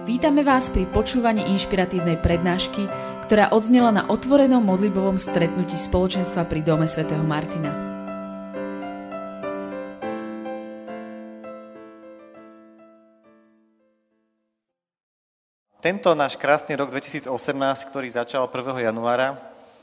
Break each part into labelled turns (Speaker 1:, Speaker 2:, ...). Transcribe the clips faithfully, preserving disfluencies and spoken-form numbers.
Speaker 1: Vítame vás pri počúvaní inšpiratívnej prednášky, ktorá odznela na otvorenom modlitbovom stretnutí spoločenstva pri dome svätého Martina.
Speaker 2: Tento náš krásny rok dvetisícosemnásť, ktorý začal prvého januára,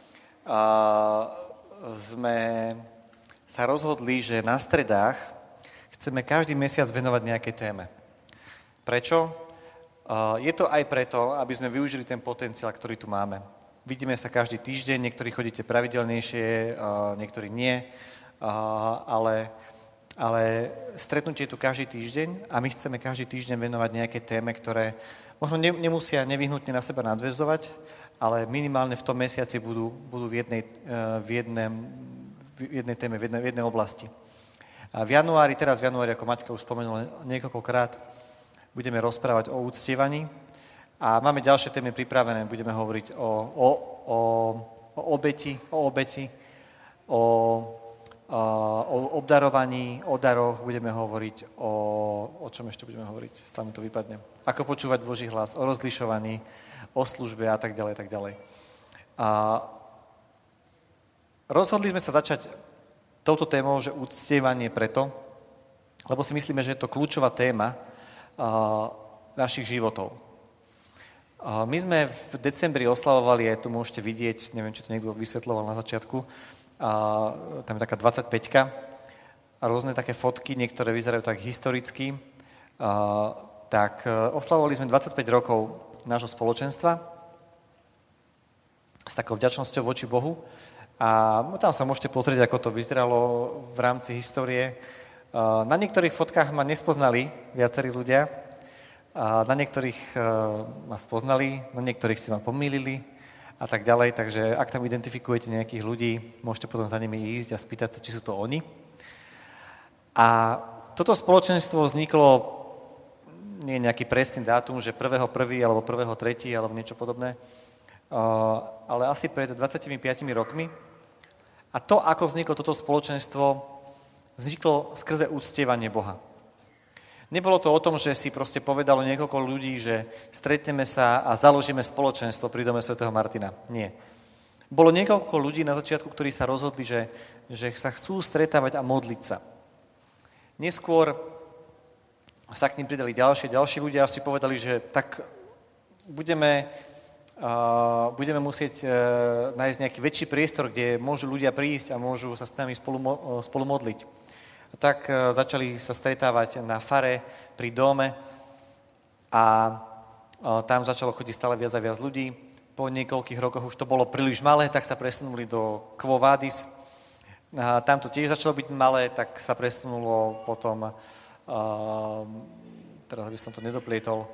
Speaker 2: sme sa rozhodli, že na stredách chceme každý mesiac venovať nejakej téme. Prečo? Je to aj preto, aby sme využili ten potenciál, ktorý tu máme. Vidíme sa každý týždeň, niektorí chodíte pravidelnejšie, niektorí nie, ale, ale stretnutie je tu každý týždeň a my chceme každý týždeň venovať nejaké téme, ktoré možno nemusia nevyhnutne na seba nadväzovať, ale minimálne v tom mesiaci budú, budú v, jednej, v, jednej, v jednej téme, v jednej, v jednej oblasti. A v januári, teraz v januári, ako Maťka už spomenula niekoľkokrát, budeme rozprávať o uctievaní a máme ďalšie témy pripravené. Budeme hovoriť o, o, o, o obeti, o obeti, o, o obdarovaní, o daroch, budeme hovoriť o... O čom ešte budeme hovoriť? Stále mi to vypadne. Ako počúvať Boží hlas, o rozlišovaní, o službe a tak ďalej, tak ďalej. A rozhodli sme sa začať touto témou, že uctievanie preto, lebo si myslíme, že je to kľúčová téma našich životov. My sme v decembri oslavovali, aj tu môžete vidieť, neviem, či to niekto vysvetľoval na začiatku, tam je taká dvadsaťpäťka a rôzne také fotky, niektoré vyzerajú tak historicky, tak oslavovali sme dvadsaťpäť rokov nášho spoločenstva s takou vďačnosťou voči Bohu a tam sa môžete pozrieť, ako to vyzeralo v rámci histórie. Na niektorých fotkách ma nespoznali viacerí ľudia, na niektorých ma spoznali, na niektorých si ma pomýlili a tak ďalej, takže ak tam identifikujete nejakých ľudí, môžete potom za nimi ísť a spýtať sa, či sú to oni. A toto spoločenstvo vzniklo, nie je nejaký presný dátum, že prvého prvého alebo prvého tretieho alebo niečo podobné, ale asi pred dvadsiatimi piatimi rokmi. A to, ako vzniklo toto spoločenstvo, vzniklo skrze uctievanie Boha. Nebolo to o tom, že si proste povedalo niekoľko ľudí, že stretneme sa a založíme spoločenstvo pri dome svätého Martina. Nie. Bolo niekoľko ľudí na začiatku, ktorí sa rozhodli, že, že sa chcú stretávať a modliť sa. Neskôr sa k ním pridali ďalšie, ďalší ľudia a si povedali, že tak budeme, uh, budeme musieť uh, nájsť nejaký väčší priestor, kde môžu ľudia prísť a môžu sa s nami spolu, spolu modliť. A tak začali sa stretávať na fare pri dome a tam začalo chodiť stále viac a viac ľudí. Po niekoľkých rokoch už to bolo príliš malé, tak sa presunuli do Quo Vadis. A tam to tiež začalo byť malé, tak sa presunulo potom, teraz by som to nedoplietol,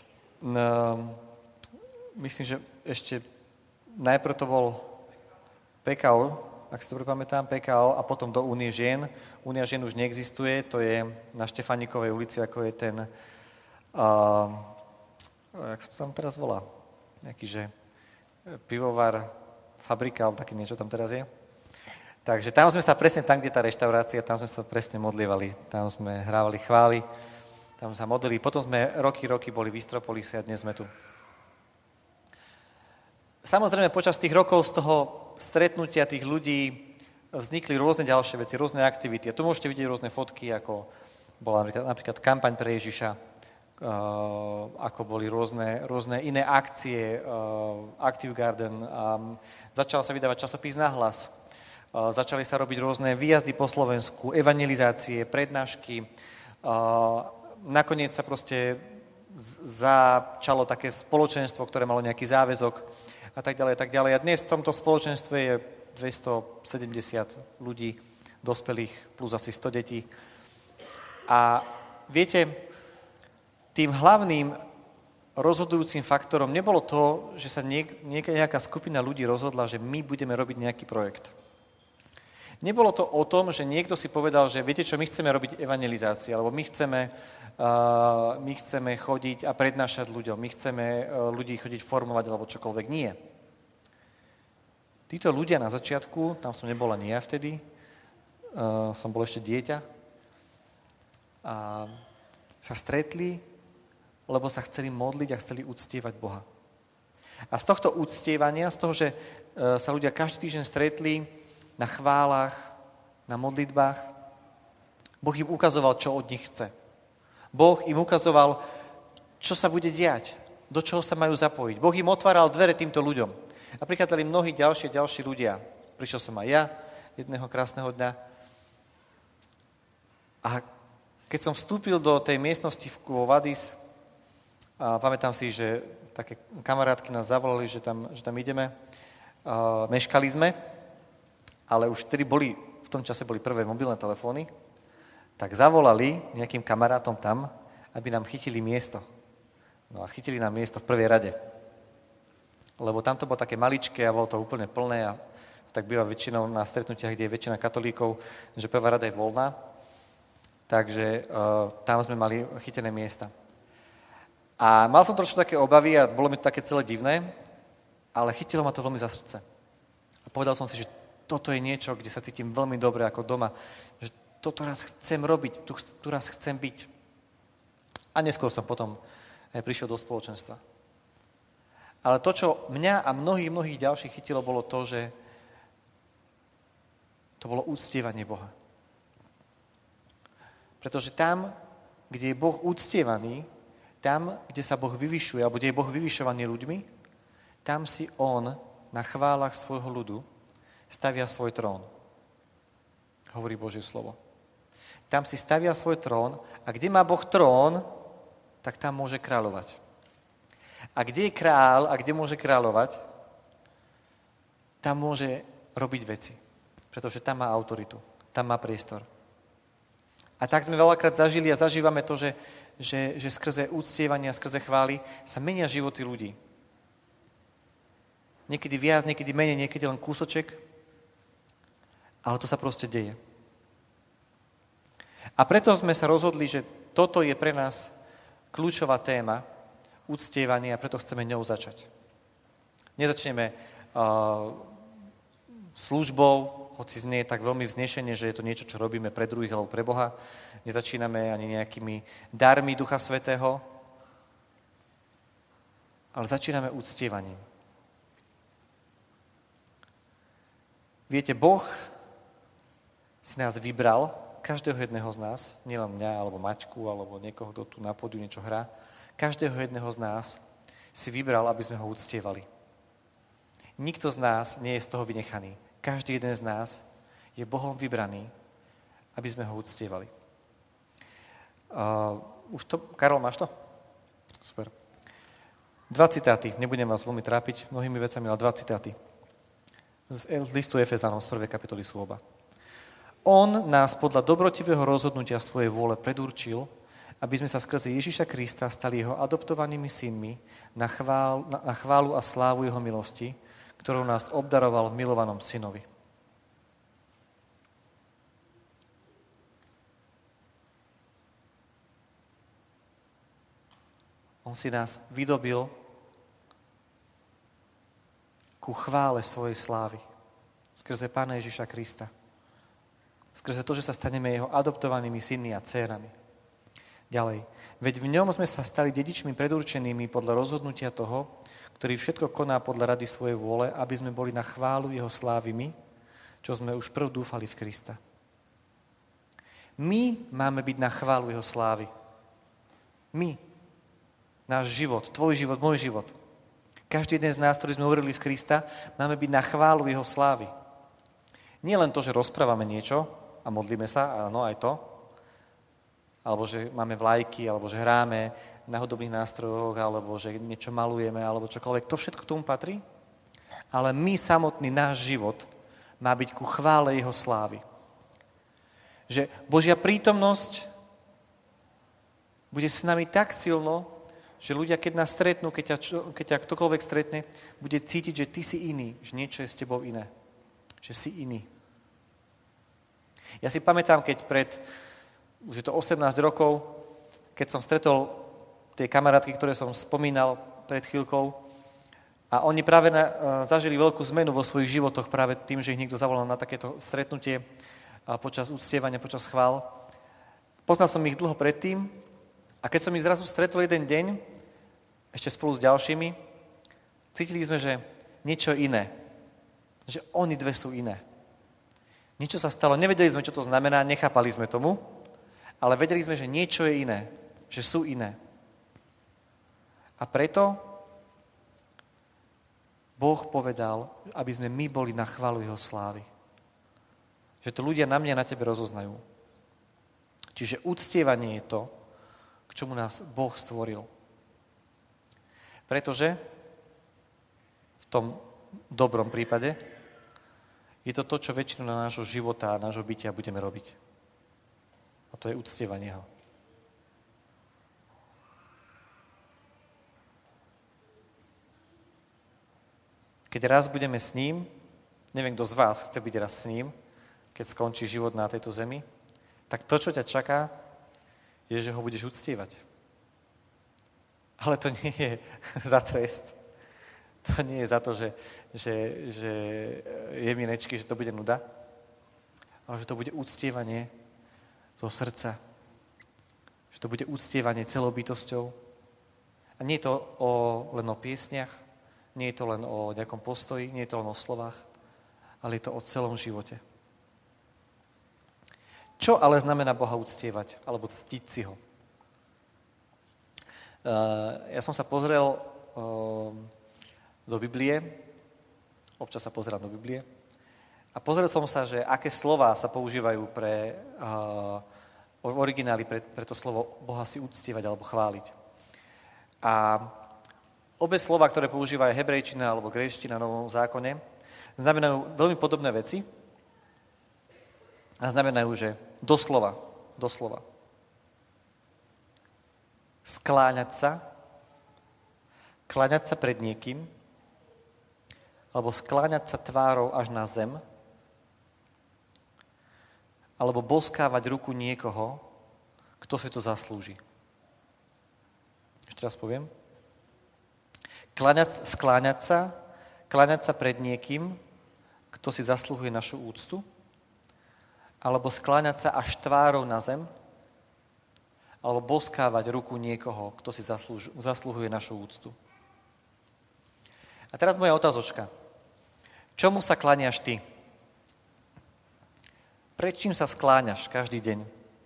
Speaker 2: myslím, že ešte najprv to bol pé ká ó, ak si dobre pamätám, pé ká ó a potom do Únie žien. Únia žien už neexistuje, to je na Štefánikovej ulici, ako je ten, uh, jak sa to tam teraz volá, nejaký, že pivovar, fabrika, alebo také niečo tam teraz je. Takže tam sme sa presne, tam, kde tá reštaurácia, tam sme sa presne modlievali, tam sme hrávali chvály, tam sa modlili, potom sme roky, roky boli v Istropolise a dnes sme tu. Samozrejme, počas tých rokov z toho stretnutia tých ľudí vznikli rôzne ďalšie veci, rôzne aktivity. A tu môžete vidieť rôzne fotky, ako bola napríklad, napríklad kampaň pre Ježiša, uh, ako boli rôzne, rôzne iné akcie, uh, Active Garden, um, začal sa vydávať časopis Nahlas, uh, začali sa robiť rôzne výjazdy po Slovensku, evangelizácie, prednášky. Uh, nakoniec sa proste začalo také spoločenstvo, ktoré malo nejaký záväzok, a tak ďalej, tak ďalej. A dnes v tomto spoločenstve je dvestosedemdesiat ľudí, dospelých, plus asi sto detí. A viete, tým hlavným rozhodujúcim faktorom nebolo to, že sa niek- nejaká skupina ľudí rozhodla, že my budeme robiť nejaký projekt. Nebolo to o tom, že niekto si povedal, že viete čo, my chceme robiť evangelizácie, alebo my chceme, uh, my chceme chodiť a prednášať ľuďom, my chceme uh, ľudí chodiť formovať, alebo čokoľvek. Nie. Títo ľudia na začiatku, tam som nebol ani ja vtedy, uh, som bol ešte dieťa, a sa stretli lebo sa chceli modliť a chceli uctievať Boha. A z tohto uctievania, z toho, že sa ľudia každý týždeň stretli na chválach, na modlitbách, Boh im ukazoval, čo od nich chce. Boh im ukazoval, čo sa bude diať, do čoho sa majú zapojiť. Boh im otváral dvere týmto ľuďom. A prichádzali mnohí ďalší ďalší ľudia. Prišiel som aj ja jedného krásneho dňa. A keď som vstúpil do tej miestnosti v Vadis, a pamätám si, že také kamarátky nás zavolali, že tam, že tam ideme. A meškali sme, ale už vtedy boli, v tom čase boli prvé mobilné telefóny, tak zavolali nejakým kamarátom tam, aby nám chytili miesto. No a chytili nám miesto v prvej rade. Lebo tam to bolo také maličké a bolo to úplne plné a tak býva väčšinou na stretnutiach, kde je väčšina katolíkov, že prvá rada je voľná. Takže uh, tam sme mali chytené miesta. A mal som trošku také obavy a bolo mi to také celé divné, ale chytilo ma to veľmi za srdce. A povedal som si, že toto je niečo, kde sa cítim veľmi dobre ako doma, že toto raz chcem robiť, tu, tu raz chcem byť. A neskôr som potom aj prišiel do spoločenstva. Ale to, čo mňa a mnohých, mnohých ďalších chytilo, bolo to, že to bolo uctievanie Boha. Pretože tam, kde je Boh uctievaný, tam, kde sa Boh vyvyšuje, alebo kde je Boh vyvyšovaný ľuďmi, tam si On na chválach svojho ľudu stavia svoj trón. Hovorí Božie slovo. Tam si stavia svoj trón a kde má Boh trón, tak tam môže kráľovať. A kde je kráľ a kde môže kráľovať, tam môže robiť veci. Pretože tam má autoritu, tam má priestor. A tak sme veľakrát zažili a zažívame to, že, že, že skrze uctievania, skrze chvály sa menia životy ľudí. Niekedy viac, niekedy menej, niekedy len kúsoček, ale to sa proste deje. A preto sme sa rozhodli, že toto je pre nás kľúčová téma, uctievanie, a preto chceme ňou začať. Nezačneme uh, službou, hoci znie tak veľmi vznešene, že je to niečo, čo robíme pre druhých alebo pre Boha. Nezačíname ani nejakými darmi Ducha Svätého, ale začíname uctievaním. Viete, Boh si nás vybral, každého jedného z nás, nielen mňa, alebo Maťku, alebo niekoho, kto tu na pódiu niečo hrá, každého jedného z nás si vybral, aby sme ho uctievali. Nikto z nás nie je z toho vynechaný. Každý jeden z nás je Bohom vybraný, aby sme ho uctievali. Uh, už to, Karol, máš to? Super. Dva citáty, nebudem vás veľmi trápiť mnohými vecami, ale dva citáty. Z listu Efezanom z prvej kapitoly sú oba. On nás podľa dobrotivého rozhodnutia svojej vôle predurčil, aby sme sa skrze Ježiša Krista stali jeho adoptovanými synmi na, chvál, na, na chválu a slávu jeho milosti, ktorou nás obdaroval v milovanom synovi. On si nás vydobil ku chvále svojej slávy skrze Pána Ježiša Krista. Skrze to, že sa staneme jeho adoptovanými synmi a dcérami. Ďalej. Veď v ňom sme sa stali dedičmi predurčenými podľa rozhodnutia toho, ktorý všetko koná podľa rady svojej vôle, aby sme boli na chválu jeho slávy my, čo sme už prv dúfali v Krista. My máme byť na chválu jeho slávy. My. Náš život, tvoj život, môj život. Každý jeden z nás, ktorý sme uverili v Krista, máme byť na chválu jeho slávy. Nie len to, že rozprávame niečo a modlíme sa, áno, aj to, alebo že máme vlajky, alebo že hráme na hudobných nástrojoch, alebo že niečo malujeme, alebo čokoľvek. To všetko k tomu patrí. Ale my samotný, náš život má byť ku chvále jeho slávy. Že Božia prítomnosť bude s nami tak silno, že ľudia, keď nás stretnú, keď ťa, keď ťa ktokoľvek stretne, bude cítiť, že ty si iný, že niečo je s tebou iné. Že si iný. Ja si pamätám, keď pred, už je to osemnásť rokov, keď som stretol tie kamarátky, ktoré som spomínal pred chvíľkou, a oni práve na, zažili veľkú zmenu vo svojich životoch práve tým, že ich niekto zavolal na takéto stretnutie počas uctievania, počas chvál. Poznal som ich dlho predtým A keď som ich zrazu stretol jeden deň, ešte spolu s ďalšími, cítili sme, že niečo iné. Že oni dve sú iné. Niečo sa stalo, nevedeli sme, čo to znamená, nechápali sme tomu, ale vedeli sme, že niečo je iné, že sú iné. A preto Boh povedal, aby sme my boli na chválu jeho slávy. Že to ľudia na mňa a na tebe rozoznajú. Čiže uctievanie je to, k čomu nás Boh stvoril. Pretože v tom dobrom prípade je to to, čo väčšinu na nášho života a nášho bytia budeme robiť. A to je uctievanie ho. Keď raz budeme s ním, neviem, kto z vás chce byť raz s ním, keď skončí život na tejto zemi, tak to, čo ťa čaká, je, že ho budeš uctievať. Ale to nie je za trest. To nie je za to, že, že, že je minečky, že to bude nuda, ale že to bude uctievanie zo srdca. Že to bude uctievanie celou bytosťou. A nie je to o, len o piesniach, nie je to len o nejakom postoji, nie je to len o slovách, ale je to o celom živote. Čo ale znamená Boha uctievať, alebo ctiť si ho? Uh, ja som sa pozrel uh, do Biblie, občas sa pozerám do Biblie, a pozrel som sa, že aké slová sa používajú pre, uh, v origináli pre, pre to slovo Boha si uctievať alebo chváliť. A obe slova, ktoré používajú hebrejčina alebo gréčtina v Novom zákone, znamenajú veľmi podobné veci a znamenajú, že doslova, doslova. Skláňať sa, kláňať sa pred niekým, alebo skláňať sa tvárou až na zem, alebo boskávať ruku niekoho, kto si to zaslúži. Ešte raz poviem. Kláňať, skláňať sa, kláňať sa pred niekým, kto si zaslúhuje našu úctu, alebo skláňať sa až tvárou na zem, alebo boskávať ruku niekoho, kto si zaslúž, zaslúhuje našu úctu. A teraz moja otázočka. Čomu sa kláňaš ty? Pred čím sa skláňaš každý deň?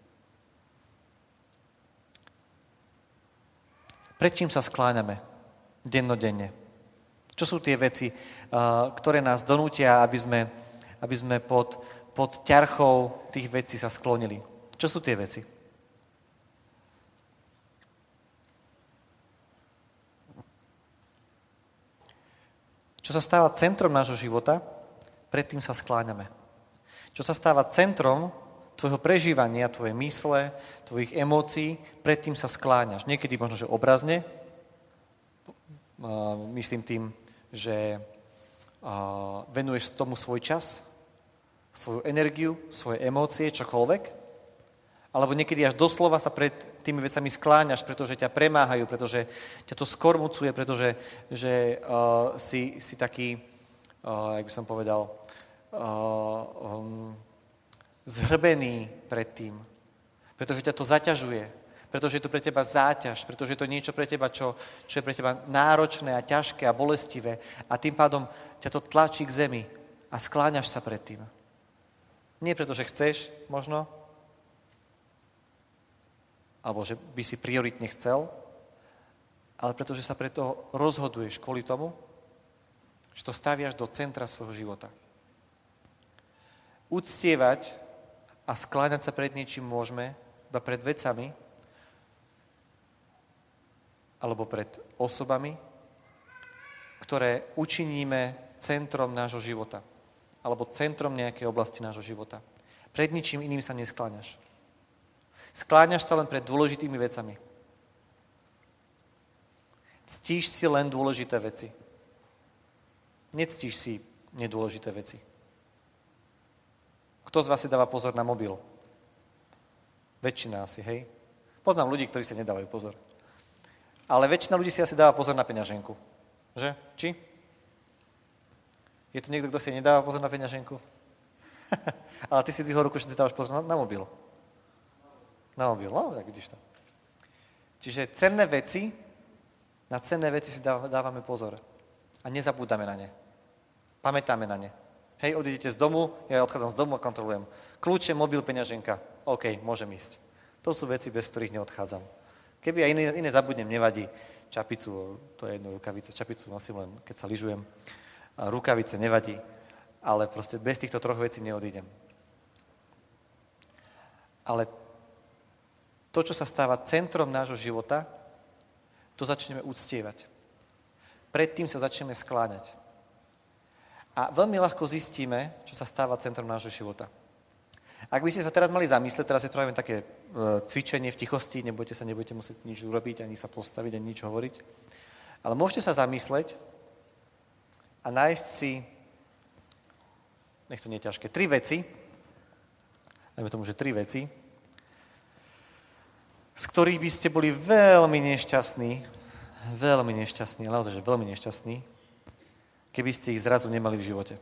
Speaker 2: Pred čím sa skláňame dennodenne? Čo sú tie veci, ktoré nás donútia, aby sme, aby sme pod, pod ťarchou tých vecí sa sklonili? Čo sú tie veci? Čo sa stáva centrom nášho života, predtým sa skláňame. Čo sa stáva centrom tvojho prežívania, tvojej mysle, tvojich emócií, predtým sa skláňaš. Niekedy možno, že obrazne, myslím tým, že venuješ tomu svoj čas, svoju energiu, svoje emócie, čokoľvek, alebo niekedy až doslova sa pred tými vecami skláňaš, pretože ťa premáhajú, pretože ťa to skormucuje, pretože že, uh, si, si taký, uh, jak by som povedal, uh, um, zhrbený pred tým. Pretože ťa to zaťažuje, pretože je to pre teba záťaž, pretože je to niečo pre teba, čo, čo je pre teba náročné a ťažké a bolestivé a tým pádom ťa to tlačí k zemi a skláňaš sa pred tým. Nie preto, že chceš, možno, alebo že by si prioritne chcel, ale pretože sa preto rozhoduješ kvôli tomu, že to staviaš do centra svojho života. Uctievať a skláňať sa pred niečím môžeme, iba pred vecami, alebo pred osobami, ktoré učiníme centrom nášho života, alebo centrom nejakej oblasti nášho života. Pred ničím iným sa neskláňaš. Skláňaš sa len pred dôležitými vecami. Ctíš si len dôležité veci. Nectíš si nedôležité veci. Kto z vás si dáva pozor na mobil? Väčšina asi, hej? Poznám ľudí, ktorí si nedávajú pozor. Ale väčšina ľudí si asi dáva pozor na peňaženku. Že? Či? Je tu niekto, kto si nedáva pozor na peňaženku? Ale ty si dvihol ruku, že ty dávaš pozor na, na mobil. Na mobil, no, tak vidíš to. Čiže cenné veci, na cenné veci si dávame pozor. A nezabúdame na ne. Pamätáme na ne. Hej, odídete z domu, ja odchádzam z domu a kontrolujem. Kľúče, mobil, peňaženka. OK, môžem ísť. To sú veci, bez ktorých neodchádzam. Keby aj iné, iné zabudnem, nevadí. Čapicu, to je jedno rukavice, čapicu nosím len, keď sa lyžujem. A rukavice nevadí, ale proste bez týchto troch vecí neodídem. Ale to, čo sa stáva centrom nášho života, to začneme uctievať. Predtým sa začneme skláňať. A veľmi ľahko zistíme, čo sa stáva centrom nášho života. Ak by ste sa teraz mali zamyslieť, teraz je práve také e, cvičenie v tichosti, nebudete sa, nebudete musieť nič urobiť, ani sa postaviť, ani nič hovoriť. Ale môžete sa zamysleť a nájsť si, nech to nie je ťažké, tri veci, dajme tomu, že tri veci, z ktorých by ste boli veľmi nešťastní, veľmi nešťastní, ale naozaj, že veľmi nešťastní, keby ste ich zrazu nemali v živote.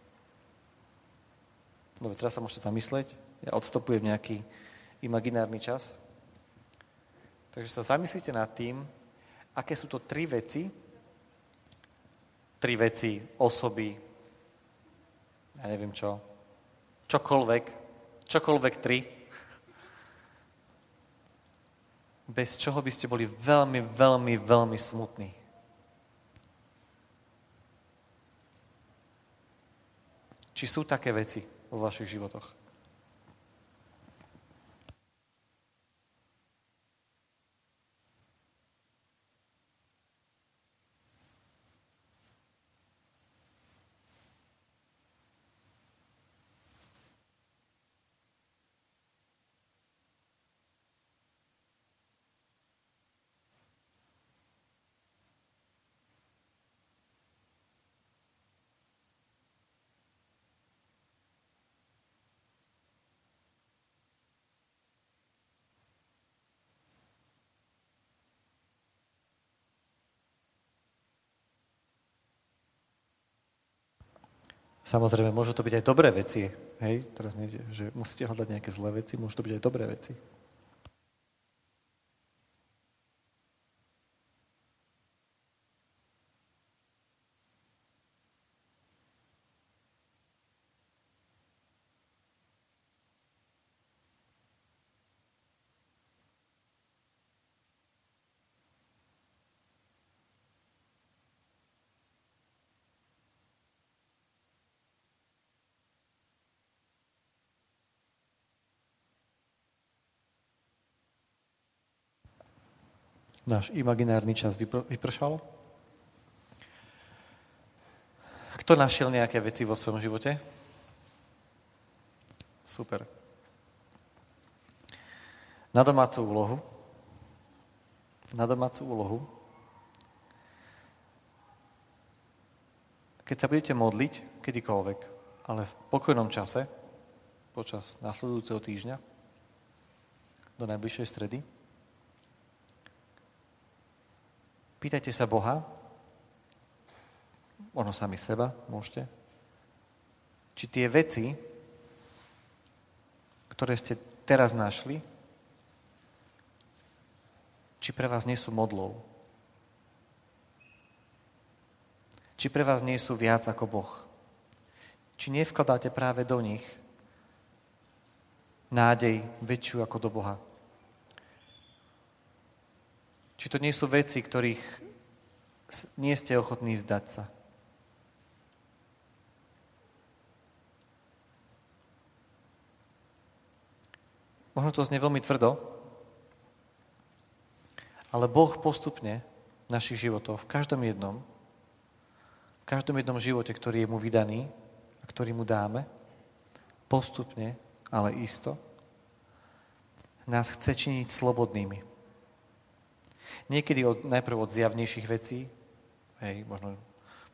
Speaker 2: Dobre, teraz sa môžete zamysleť. Ja odstopujem nejaký imaginárny čas. Takže sa zamyslite nad tým, aké sú to tri veci, tri veci, osoby, ja neviem čo, čokoľvek, čokoľvek tri, bez čoho by ste boli veľmi, veľmi, veľmi smutní. Či sú také veci vo vašich životoch? Samozrejme, môžu to byť aj dobré veci. Hej, teraz nejde, že musíte hľadať nejaké zlé veci, môžu to byť aj dobré veci. Náš imaginárny čas vypr- vypršal. Kto našiel nejaké veci vo svojom živote? Super. Na domácu úlohu. Na domácu úlohu. Keď sa budete modliť, kedykoľvek, ale v pokojnom čase, počas nasledujúceho týždňa, do najbližšej stredy, pýtajte sa Boha, možno sami seba, môžete, či tie veci, ktoré ste teraz našli, či pre vás nie sú modlou. Či pre vás nie sú viac ako Boh. Či nevkladáte práve do nich nádej väčšiu ako do Boha. Či to nie sú veci, ktorých nie ste ochotní vzdať sa. Možno to znie veľmi tvrdo, ale Boh postupne v našich životoch, v každom jednom, v každom jednom živote, ktorý je mu vydaný a ktorý mu dáme, postupne, ale isto, nás chce činiť slobodnými. Niekedy od, najprv od zjavnejších vecí, hej, možno uh,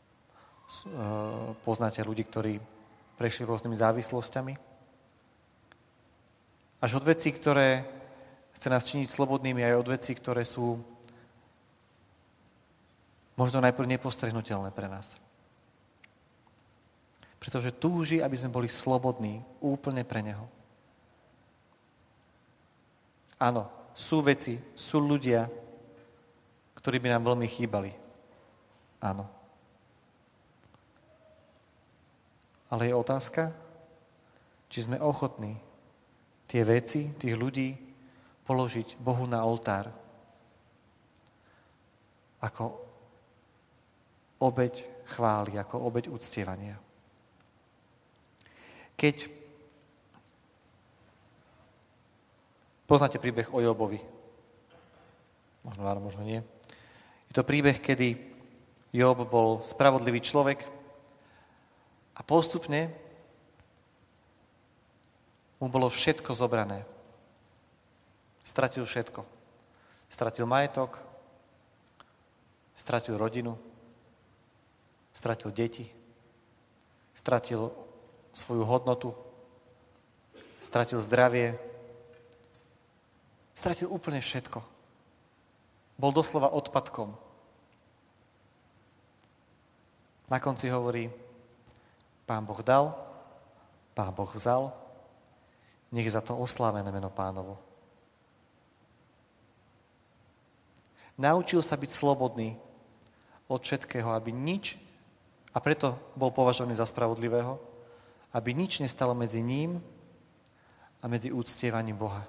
Speaker 2: poznáte ľudí, ktorí prešli rôznymi závislosťami, až od vecí, ktoré chce nás činiť slobodnými, aj od vecí, ktoré sú možno najprv nepostrehnutelné pre nás. Pretože túži, aby sme boli slobodní úplne pre Neho. Áno, sú veci, sú ľudia, ktorí by nám veľmi chýbali. Áno. Ale je otázka, či sme ochotní tie veci, tých ľudí položiť Bohu na oltár ako obeť chvály, ako obeť uctievania. Keď poznáte príbeh o Jobovi, možno áno, možno nie, je to príbeh, kedy Job bol spravodlivý človek a postupne mu bolo všetko zobrané. Stratil všetko. Stratil majetok, stratil rodinu, stratil deti, stratil svoju hodnotu, stratil zdravie, stratil úplne všetko. Bol doslova odpadkom. Na konci hovorí, Pán Boh dal, Pán Boh vzal, nech je za to oslávené meno Pánovo. Naučil sa byť slobodný od všetkého, aby nič, a preto bol považovaný za spravodlivého, aby nič nestalo medzi ním a medzi úctievaním Boha.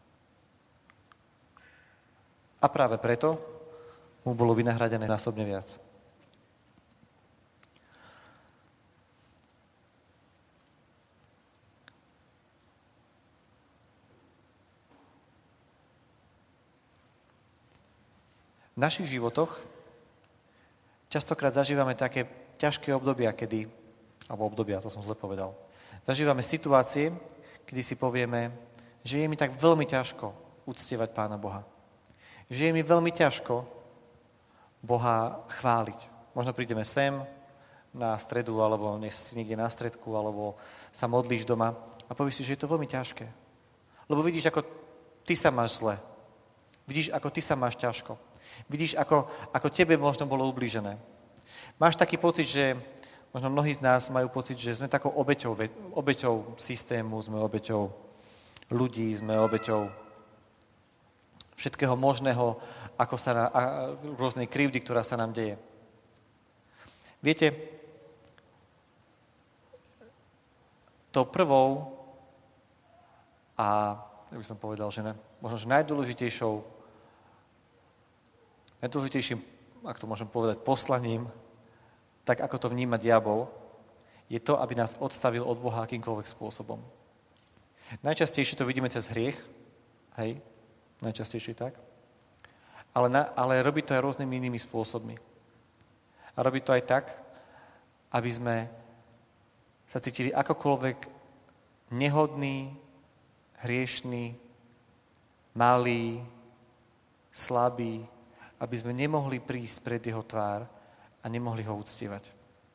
Speaker 2: A práve preto mu bolo vynahradené násobne viac. V našich životoch častokrát zažívame také ťažké obdobia, kedy, alebo obdobia, to som zle povedal, zažívame situácie, kedy si povieme, že je mi tak veľmi ťažko uctievať Pána Boha. Že je mi veľmi ťažko Boha chváliť. Možno prídeme sem na stredu, alebo si niekde na stredku, alebo sa modlíš doma a povieš si, že je to veľmi ťažké. Lebo vidíš, ako ty sa máš zle. Vidíš, ako ty sa máš ťažko. Vidíš, ako, ako tebe možno bolo ublížené. Máš taký pocit, že možno mnohí z nás majú pocit, že sme takou obeťou, obeťou systému, sme obeťou ľudí, sme obeťou všetkého možného, ako sa na, a, rôznej krivdy, ktorá sa nám deje. Viete, tou prvou a, ja by som povedal, že ne, možno, že najdôležitejšou Najdôležitejším, ak to môžem povedať, poslaním, tak ako to vníma diabol, je to, aby nás odstavil od Boha akýmkoľvek spôsobom. Najčastejšie to vidíme cez hriech, hej, najčastejšie tak, ale, na, ale robí to aj rôznymi inými spôsobmi. A robí to aj tak, aby sme sa cítili akokoľvek nehodný, hriešný, malý, slabý, aby sme nemohli prísť pred jeho tvár a nemohli ho uctievať.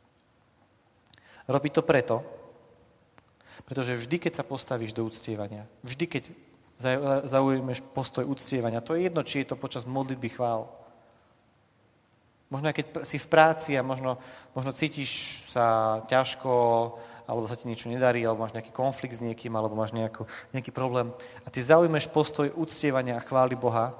Speaker 2: Robí to preto, pretože vždy, keď sa postavíš do uctievania, vždy, keď zaujmeš postoj uctievania, to je jedno, či je to počas modlitby chvál. Možno aj keď si v práci a možno, možno cítiš sa ťažko, alebo sa ti niečo nedarí, alebo máš nejaký konflikt s niekým, alebo máš nejakú, nejaký problém a ty zaujmeš postoj uctievania a chvály Boha,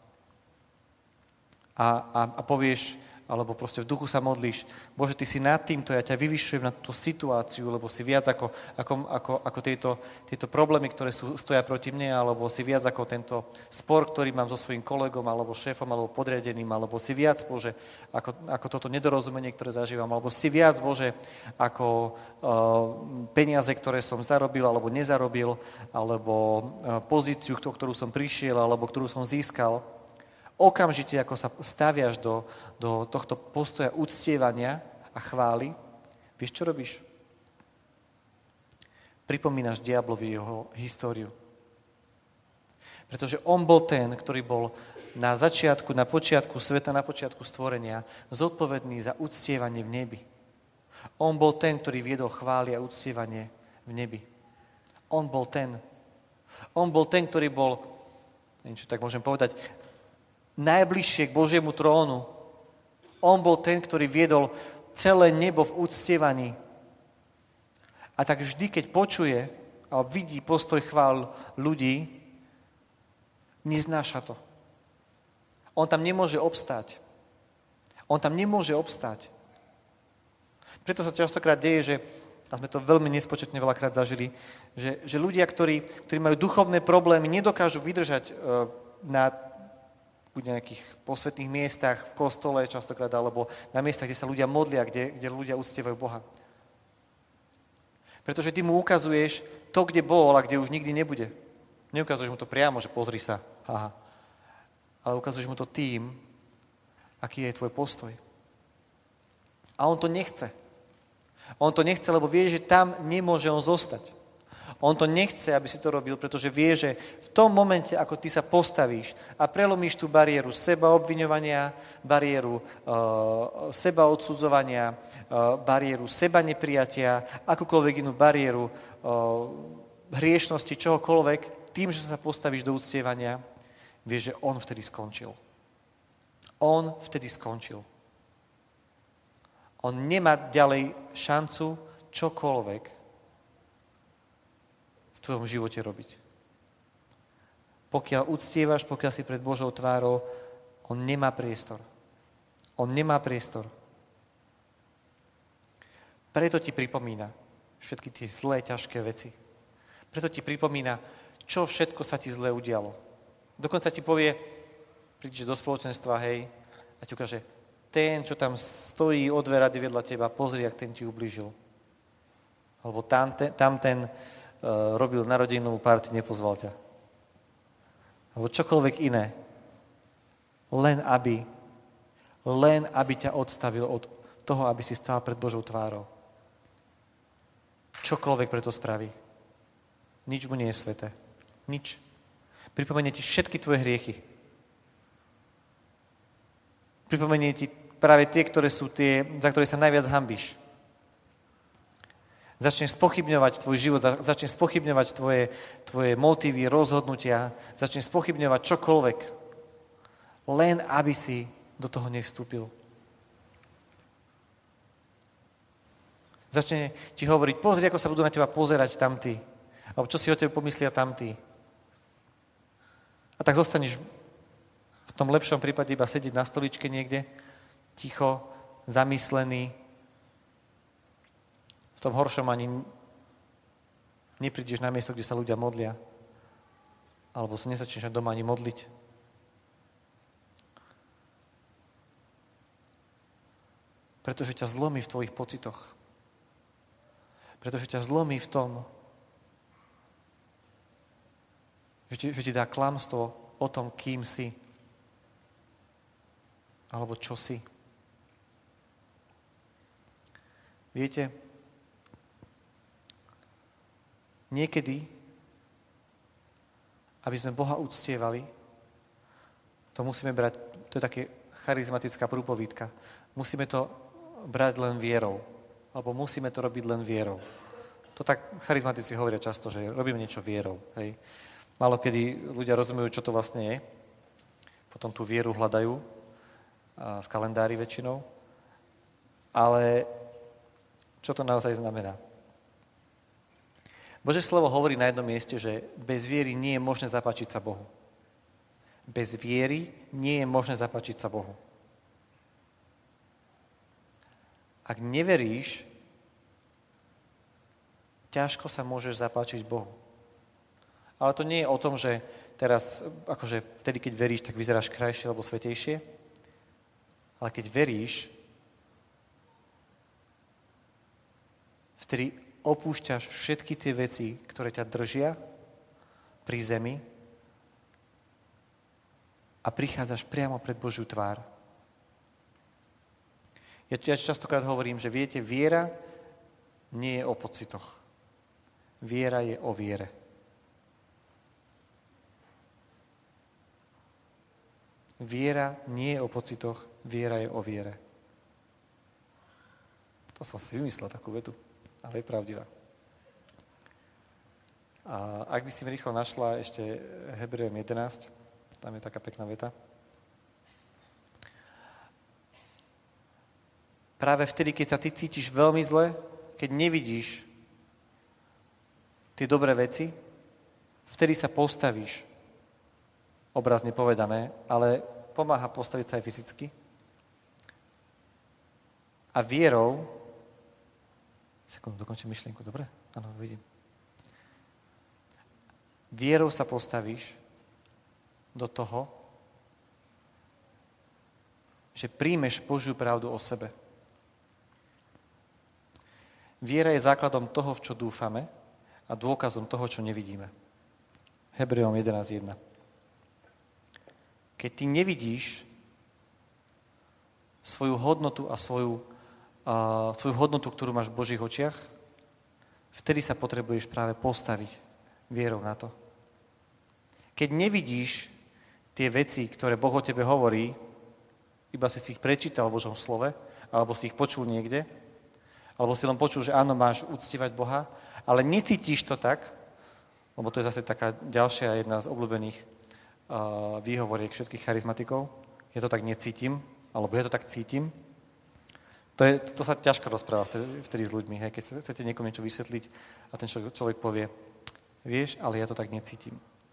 Speaker 2: A, a, a povieš, alebo proste v duchu sa modlíš, Bože, ty si nad týmto, ja ťa vyvyšujem na tú situáciu, lebo si viac ako, ako, ako, ako tieto, tieto problémy, ktoré sú, stoja proti mne, alebo si viac ako tento spor, ktorý mám so svojím kolegom, alebo šéfom, alebo podriadeným, alebo si viac, Bože, ako, ako toto nedorozumenie, ktoré zažívam, alebo si viac, Bože, ako uh, peniaze, ktoré som zarobil, alebo nezarobil, alebo uh, pozíciu, ktorú som prišiel, alebo ktorú som získal. Okamžite, ako sa staviaš do, do tohto postoja uctievania a chvály, vieš, čo robíš? Pripomínaš diablovi jeho históriu. Pretože on bol ten, ktorý bol na začiatku, na počiatku sveta, na počiatku stvorenia, zodpovedný za uctievanie v nebi. On bol ten, ktorý viedol chvály a uctievanie v nebi. On bol ten. On bol ten, ktorý bol, neviem, čo tak môžem povedať, najbližšie k Božiemu trónu. On bol ten, ktorý viedol celé nebo v uctievaní. A tak vždy, keď počuje a vidí postoj chvál ľudí, Neznáša to. On tam nemôže obstáť. On tam nemôže obstáť. Preto sa častokrát deje, že, a sme to veľmi nespočetne veľakrát zažili, že, že ľudia, ktorí, ktorí majú duchovné problémy, nedokážu vydržať uh, na buď nejakých posvetných miestach, v kostole častokrát, alebo na miestach, kde sa ľudia modlia, kde, kde ľudia uctievajú Boha. Pretože ty mu ukazuješ to, kde bol a kde už nikdy nebude. Neukazuješ mu to priamo, že pozri sa, haha. Ale ukazuješ mu to tým, aký je tvoj postoj. A on to nechce. On to nechce, lebo vie, že tam nemôže on zostať. On to nechce, aby si to robil, pretože vie, že v tom momente, ako ty sa postavíš a prelomíš tú bariéru seba obviňovania, bariéru uh, seba odsudzovania, uh, bariéru seba neprijatia, akúkoľvek inú bariéru uh, hriešnosti, čohokoľvek, tým, že sa postavíš do uctievania, vie, že on vtedy skončil. On vtedy skončil. On nemá ďalej šancu čokoľvek v tvojom živote robiť. Pokiaľ uctievaš, pokiaľ si pred Božou tvárou, on nemá priestor. On nemá priestor. Preto ti pripomína všetky tie zlé, ťažké veci. Preto ti pripomína, čo všetko sa ti zlé udialo. Dokonca ti povie, prídeš do spoločenstva, hej, a ti ukáže, ten, čo tam stojí od dverady vedľa teba, pozri, jak ten ti ublížil. Alebo tam ten, tam ten uh, robil narodeninovú party, nepozval ťa. Alebo čokoľvek iné. Len aby, len aby ťa odstavil od toho, aby si stál pred Božou tvárou. Čokoľvek preto spraví. Nič mu nie je sveté. Nič. Pripomenie ti všetky tvoje hriechy. Pripomenie ti práve tie, ktoré sú tie, za ktoré sa najviac hanbíš. Začne spochybňovať tvoj život, začne spochybňovať tvoje, tvoje motívy, rozhodnutia, začne spochybňovať čokoľvek. Len aby si do toho nevstúpil. Začne ti hovoriť, pozri, ako sa budú na teba pozerať tamtí. Alebo čo si o tebe pomyslia tamtí. A tak zostaneš v tom lepšom prípade iba sedieť na stoličke niekde, ticho, zamyslený. V tom horšom ani neprídeš na miesto, kde sa ľudia modlia. Alebo sa nezačneš doma ani modliť. Pretože ťa zlomí v tvojich pocitoch. Pretože ťa zlomí v tom, že ti, že ti dá klamstvo o tom, kým si. Alebo čo si. Viete, niekedy, aby sme Boha uctievali, to musíme brať, to je také charizmatická prúpovídka, musíme to brať len vierou. Alebo musíme to robiť len vierou. To tak charizmatici hovoria často, že robíme niečo vierou. Hej. Málo kedy ľudia rozumejú, čo to vlastne je. Potom tú vieru hľadajú v kalendári väčšinou. Ale čo to naozaj znamená? Božie slovo hovorí na jednom mieste, že bez viery nie je možné zapáčiť sa Bohu. Bez viery nie je možné zapáčiť sa Bohu. Ak neveríš, ťažko sa môžeš zapáčiť Bohu. Ale to nie je o tom, že teraz, akože vtedy, keď veríš, tak vyzeráš krajšie alebo svätejšie. Ale keď veríš, vtedy opúšťaš všetky tie veci, ktoré ťa držia pri zemi a prichádzaš priamo pred Božiu tvár. Ja, ja častokrát hovorím, že viete, viera nie je o pocitoch. Viera je o viere. Viera nie je o pocitoch, viera je o viere. To som si vymyslel takú vetu, ale je pravdivá. A ak by si mi rýchlo našla ešte Hebrejom jedenásť, tam je taká pekná veta. Práve vtedy, keď sa ty cítiš veľmi zle, keď nevidíš tie dobré veci, vtedy sa postavíš obrazne povedané, ale pomáha postaviť sa aj fyzicky. A vierou, sekundu, dokončím myšlienku, dobre? Áno, vidím. Vierou sa postavíš do toho, že príjmeš Božiu pravdu o sebe. Viera je základom toho, v čo dúfame a dôkazom toho, čo nevidíme. Hebrejom jedenásť jedna. Keď ty nevidíš svoju hodnotu a svoju, uh, svoju hodnotu, ktorú máš v Božích očiach, vtedy sa potrebuješ práve postaviť vierou na to. Keď nevidíš tie veci, ktoré Boh o tebe hovorí, iba si si ich prečítal v Božom slove, alebo si ich počul niekde, alebo si len počul, že áno, máš uctievať Boha, ale necítiš to tak, lebo to je zase taká ďalšia jedna z obľúbených uh, výhovoriek všetkých charizmatikov. Ja to tak necítim, alebo ja to tak cítim. To, je, to sa ťažko rozpráva vtedy, vtedy s ľuďmi, hej, keď chcete niekomu niečo vysvetliť a ten človek, človek povie, vieš, ale ja to tak necítim.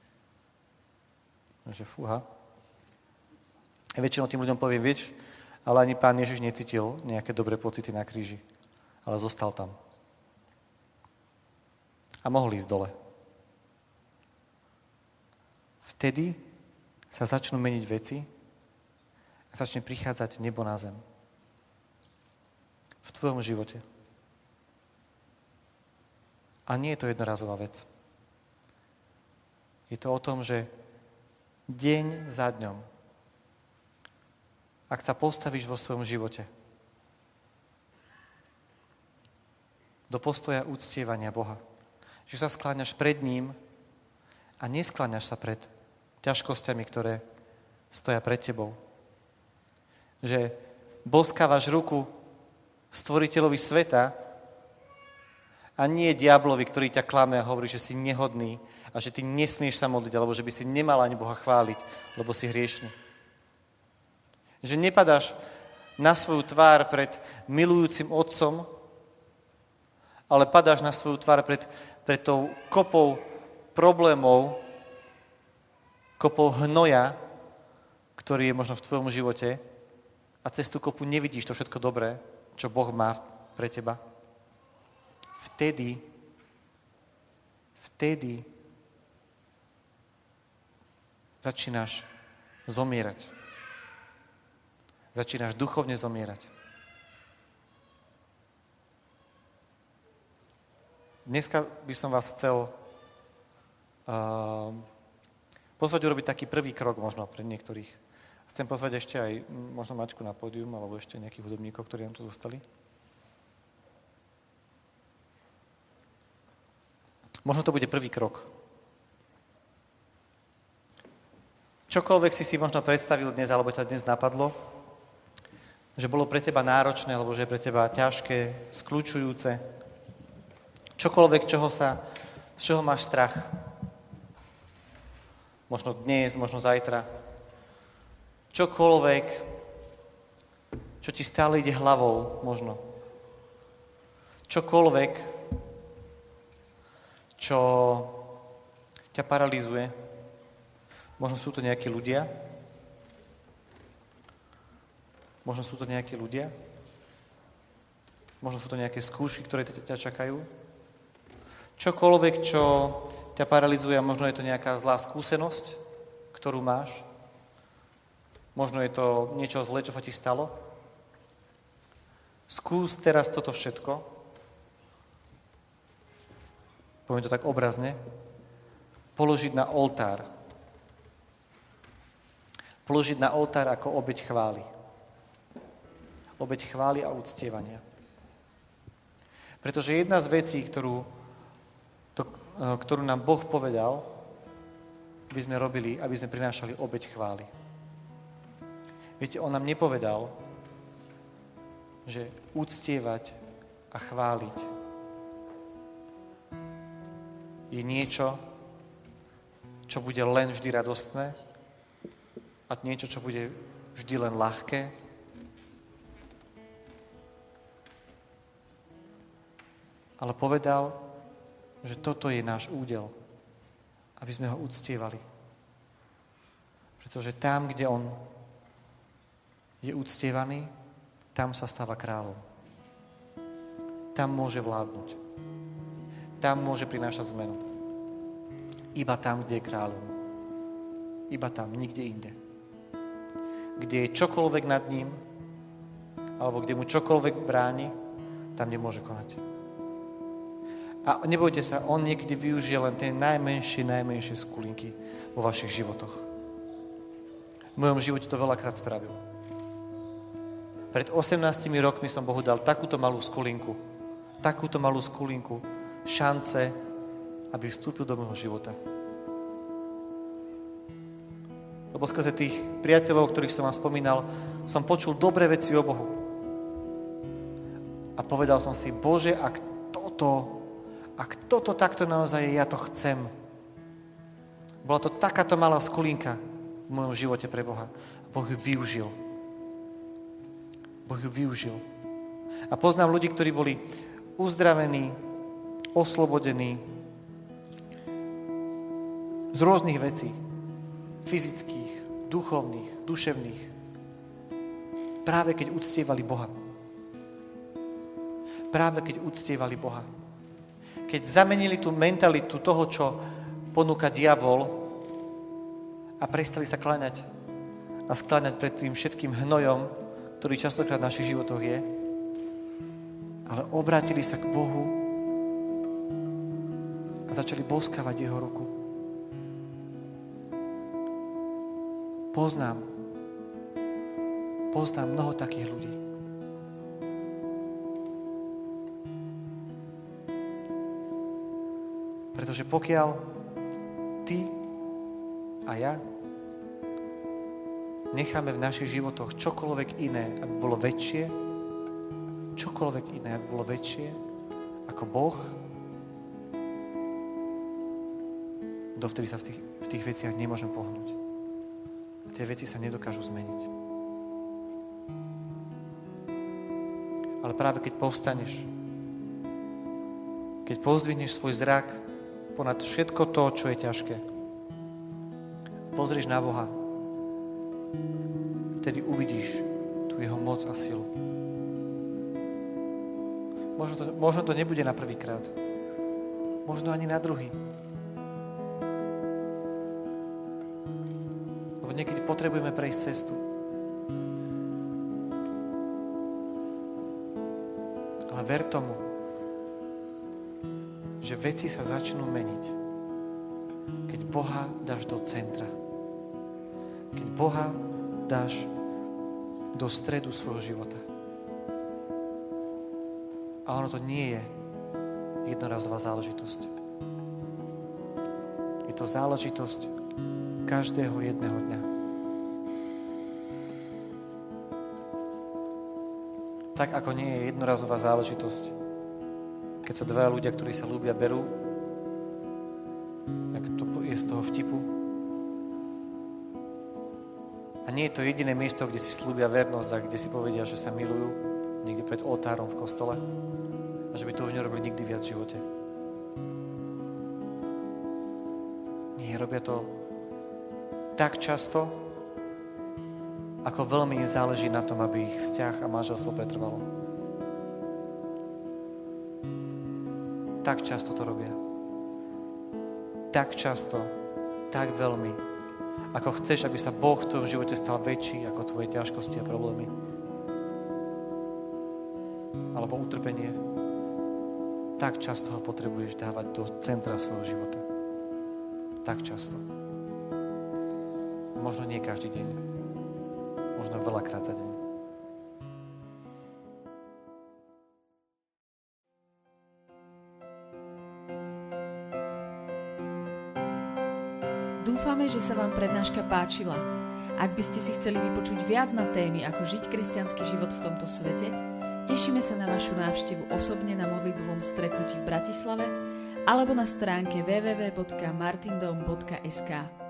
Speaker 2: Takže fúha. A väčšinou tým ľuďom poviem, vieš, ale ani Pán Ježiš necítil nejaké dobré pocity na kríži, ale zostal tam. A mohol ísť dole. Vtedy sa začnú meniť veci a začne prichádzať nebo na zem. V tvojom živote. A nie je to jednorazová vec. Je to o tom, že deň za dňom, ak sa postavíš vo svojom živote do postoja uctievania Boha, že sa skláňaš pred ním a neskláňaš sa pred ťažkosťami, ktoré stoja pred tebou. Že boskávaš ruku stvoriteľovi sveta a nie diablovi, ktorý ťa klame a hovorí, že si nehodný a že ty nesmieš sa modliť, alebo že by si nemal ani Boha chváliť, lebo si hriešný. Že nepadáš na svoju tvár pred milujúcim otcom, ale padáš na svoju tvár pred, pred tou kopou problémov, kopou hnoja, ktorý je možno v tvojom živote a cez tú kopu nevidíš to všetko dobré, čo Boh má pre teba. Vtedy, vtedy začínaš zomierať. Začínaš duchovne zomierať. Dneska by som vás chcel uh, pozvať urobiť taký prvý krok možno pre niektorých. Chcem pozvať ešte aj možno Maťku na pódium, alebo ešte nejakých hudobníkov, ktorí nám tu zostali. Možno to bude prvý krok. Čokoľvek si si možno predstavil dnes, alebo ťa dnes napadlo, že bolo pre teba náročné, alebo že je pre teba ťažké, skľúčujúce. Čokoľvek, čoho sa, z čoho máš strach. Možno dnes, možno zajtra. Čokoľvek, čo ti stále ide hlavou, možno. Čokoľvek, čo ťa paralizuje. Možno sú to nejakí ľudia. Možno sú to nejakí ľudia. Možno sú to nejaké skúšky, ktoré ťa čakajú. Čokoľvek, čo ťa paralizuje, možno je to nejaká zlá skúsenosť, ktorú máš. Možno je to niečo zlé, čo sa ti stalo. Skús teraz toto všetko, poviem to tak obrazne, položiť na oltár. Položiť na oltár ako obeť chvály. Obeť chvály a uctievania. Pretože jedna z vecí, ktorú, to, ktorú nám Boh povedal, aby sme robili, aby sme prinášali obeť chvály. Viete, on nám nepovedal, že uctievať a chváliť je niečo, čo bude len vždy radostné a niečo, čo bude vždy len ľahké. Ale povedal, že toto je náš údel, aby sme ho uctievali. Pretože tam, kde on je uctievaný, tam sa stáva kráľom. Tam môže vládnuť. Tam môže prinášať zmenu. Iba tam, kde je kráľom. Iba tam, nikde inde. Kde je čokoľvek nad ním, alebo kde mu čokoľvek bráni, tam nemôže konať. A nebojte sa, on niekedy využije len tie najmenšie, najmenšie skulinky vo vašich životoch. V mojom živote to veľakrát spravil. Pred osemnástimi rokmi som Bohu dal takúto malú skulinku, takúto malú skulinku šance, aby vstúpil do môjho života. Lebo skrze tých priateľov, ktorých som vám spomínal, som počul dobré veci o Bohu. A povedal som si, Bože, ak toto, ak toto takto naozaj je, ja to chcem. Bola to takáto malá skulinka v mojom živote pre Boha. Boh ju využil. Boh ju využil. A poznám ľudí, ktorí boli uzdravení, oslobodení z rôznych vecí. Fyzických, duchovných, duševných. Práve keď uctievali Boha. Práve keď uctievali Boha. Keď zamenili tú mentalitu toho, čo ponúka diabol a prestali sa kláňať a skláňať pred tým všetkým hnojom, ktorý častokrát v našich životoch je, ale obrátili sa k Bohu a začali boskávať jeho ruku. Poznám, poznám mnoho takých ľudí. Pretože pokiaľ ty a ja necháme v našich životoch čokoľvek iné, aby bolo väčšie, čokoľvek iné, aby bolo väčšie ako Boh, dovtedy sa v tých, v tých veciach nemôžem pohnúť. A tie veci sa nedokážu zmeniť. Ale práve keď povstaneš, keď pozdvihneš svoj zrak ponad všetko to, čo je ťažké, pozrieš na Boha, vtedy uvidíš tú jeho moc a silu. Možno to, možno to nebude na prvý krát. Možno ani na druhý. Lebo niekedy potrebujeme prejsť cestu. Ale ver tomu, že veci sa začnú meniť, keď Boha dáš do centra. Keď Boha dáš do stredu svojho života. A ono to nie je jednorazová záležitosť. Je to záležitosť každého jedného dňa. Tak ako nie je jednorazová záležitosť, keď sa dva ľudia, ktorí sa ľúbia, berú, jak to je z toho vtipu. A nie je to jediné miesto, kde si slúbia vernosť a kde si povedia, že sa milujú, niekde pred oltárom v kostole a že by to už nerobili nikdy viac v živote. Nie, robia to tak často, ako veľmi im záleží na tom, aby ich vzťah a manželstvo pretrvalo. Tak často to robia. Tak často, tak veľmi, ako chceš, aby sa Boh v tvojom živote stal väčší ako tvoje ťažkosti a problémy. Alebo utrpenie. Tak často ho potrebuješ dávať do centra svojho života. Tak často. Možno nie každý deň. Možno veľakrát za deň.
Speaker 1: Dúfame, že sa vám prednáška páčila. Ak by ste si chceli vypočuť viac na témy, ako žiť kresťanský život v tomto svete, tešíme sa na vašu návštevu osobne na modlitbovom stretnutí v Bratislave alebo na stránke w w w bodka martindom bodka es ka.